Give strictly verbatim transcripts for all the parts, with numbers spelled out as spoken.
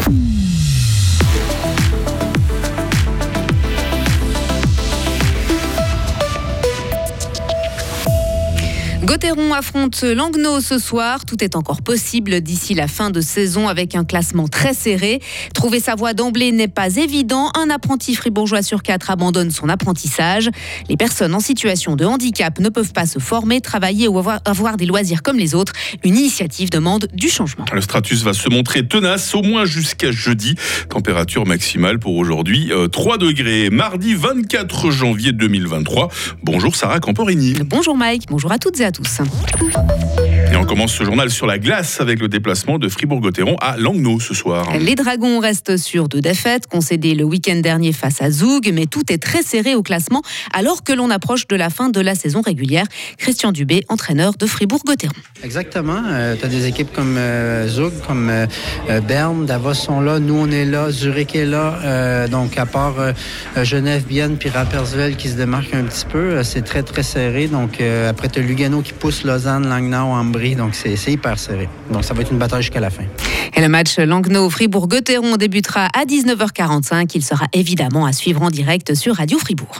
Gauthieron affronte Langnau ce soir. Tout est encore possible d'ici la fin de saison avec un classement très serré. Trouver sa voie d'emblée n'est pas évident. Un apprenti fribourgeois sur quatre abandonne son apprentissage. Les personnes en situation de handicap ne peuvent pas se former, travailler ou avoir, avoir des loisirs comme les autres. Une initiative demande du changement. Le Stratus va se montrer tenace au moins jusqu'à jeudi. Température maximale pour aujourd'hui, euh, trois degrés. Mardi vingt-quatre janvier deux mille vingt-trois. Bonjour Sarah Camporini. Bonjour Mike, bonjour à toutes et à tous. Et on commence ce journal sur la glace avec le déplacement de Fribourg-Gotteron à Langnau ce soir. Les Dragons restent sur deux défaites concédées le week-end dernier face à Zoug, mais tout est très serré au classement alors que l'on approche de la fin de la saison régulière. Christian Dubé, entraîneur de Fribourg-Gotteron. Exactement. Euh, tu as des équipes comme euh, Zoug, comme euh, Berne, Davos sont là, nous on est là, Zurich est là. Euh, donc à part euh, Genève, Bienne puis Rapperswil qui se démarquent un petit peu, euh, c'est très très serré. Donc euh, après tu as Lugano qui pousse Lausanne, Langnau, Ambry, donc c'est, c'est hyper serré. Donc ça va être une bataille jusqu'à la fin. Et le match Langnau-Fribourg-Gotteron débutera à dix-neuf heures quarante-cinq. Il sera évidemment à suivre en direct sur Radio Fribourg.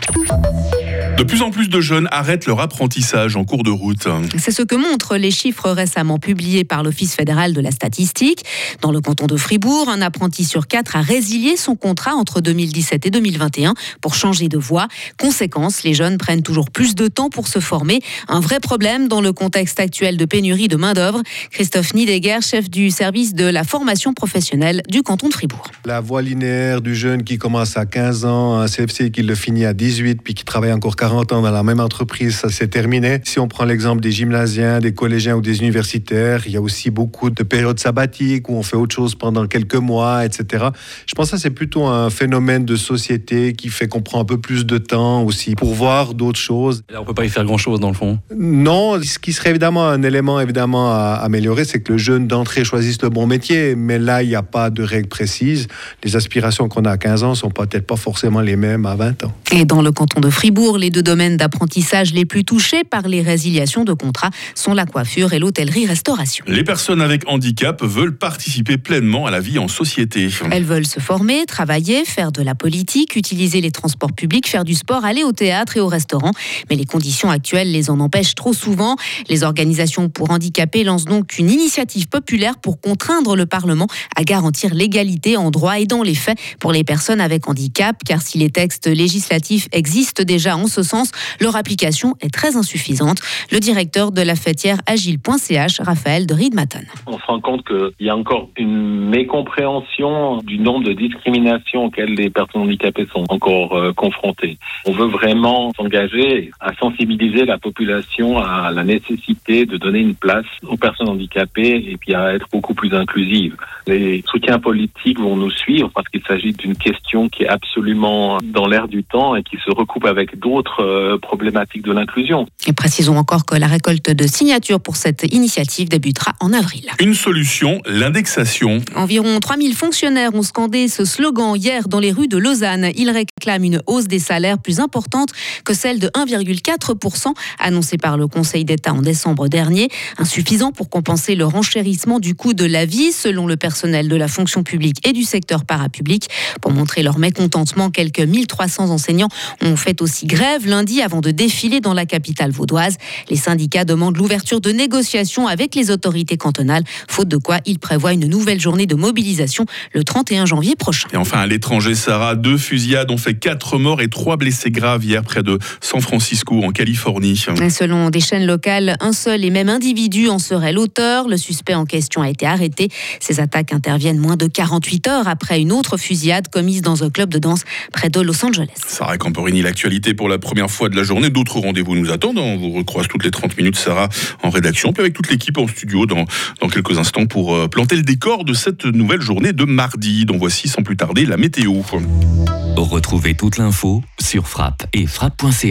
De plus en plus de jeunes arrêtent leur apprentissage en cours de route. C'est ce que montrent les chiffres récemment publiés par l'Office fédéral de la statistique. Dans le canton de Fribourg, un apprenti sur quatre a résilié son contrat entre deux mille dix-sept et deux mille vingt et un pour changer de voie. Conséquence, les jeunes prennent toujours plus de temps pour se former. Un vrai problème dans le contexte actuel de pénurie de main-d'œuvre. Christophe Niedegger, chef du service de la formation professionnelle du canton de Fribourg. La voie linéaire du jeune qui commence à quinze ans, un C F C qui le finit à dix-huit, puis qui travaille encore quarante ans dans la même entreprise, ça c'est terminé. Si on prend l'exemple des gymnasiens, des collégiens ou des universitaires, il y a aussi beaucoup de périodes sabbatiques où on fait autre chose pendant quelques mois, et cetera. Je pense que ça c'est plutôt un phénomène de société qui fait qu'on prend un peu plus de temps aussi pour voir d'autres choses. Là, on peut pas y faire grand-chose dans le fond. Non, ce qui serait évidemment un élément évidemment à améliorer, c'est que le jeune d'entrée choisisse le bon métier, mais là il n'y a pas de règles précises. Les aspirations qu'on a à quinze ans sont peut-être pas forcément les mêmes à vingt ans. Et dans le canton de Fribourg, les deux domaines d'apprentissage les plus touchés par les résiliations de contrats sont la coiffure et l'hôtellerie-restauration. Les personnes avec handicap veulent participer pleinement à la vie en société. Elles veulent se former, travailler, faire de la politique, utiliser les transports publics, faire du sport, aller au théâtre et au restaurant. Mais les conditions actuelles les en empêchent trop souvent. Les organisations pour handicapés lancent donc une initiative populaire pour contraindre le Parlement à garantir l'égalité en droit et dans les faits pour les personnes avec handicap. Car si les textes législatifs existent déjà en ce sens, leur application est très insuffisante. Le directeur de la fêtière agile point c h, Raphaël de Riedmatten. On se rend compte qu'il y a encore une mécompréhension du nombre de discriminations auxquelles les personnes handicapées sont encore euh, confrontées. On veut vraiment s'engager à sensibiliser la population à la nécessité de donner une place aux personnes handicapées et puis à être beaucoup plus inclusive. Les soutiens politiques vont nous suivre parce qu'il s'agit d'une question qui est absolument dans l'air du temps et qui se recoupe avec d'autres euh, problématiques de l'inclusion. Et précisons encore que la récolte de signatures pour cette initiative débutera en avril. Une solution, l'indexation. Environ trois mille fonctionnaires ont scandé ce slogan hier dans les rues de Lausanne. Ils réclament une hausse des salaires plus importante que celle de un virgule quatre pour cent annoncée par le Conseil d'État en décembre dernier. Insuffisant pour compenser le renchérissement du coût de la vie, selon le personnel de la fonction publique et du secteur parapublic. Pour montrer leur mécontentement, quelques mille trois cents enseignants ont fait aussi grève lundi avant de défiler dans la capitale vaudoise. Les syndicats demandent l'ouverture de négociations avec les autorités cantonales, faute de quoi ils prévoient une nouvelle journée de mobilisation le trente et un janvier prochain. Et enfin, à l'étranger, Sarah, deux fusillades ont fait quatre morts et trois blessés graves hier près de San Francisco, en Californie. Et selon des chaînes locales, un seul et même individu en serait l'auteur. Le suspect en question a été arrêté. Ces attaques interviennent moins de quarante-huit heures après une autre fusillade commise dans un club de danse près de Los Angeles. Sarah Camporini, l'actualité pour la première fois de la journée. D'autres rendez-vous nous attendent. On vous recroise toutes les trente minutes, Sarah, en rédaction, puis avec toute l'équipe en studio dans, dans quelques instants pour euh, planter le décor de cette nouvelle journée de mardi, dont voici sans plus tarder la météo. Retrouvez toute l'info sur Frappe et frappe point c h.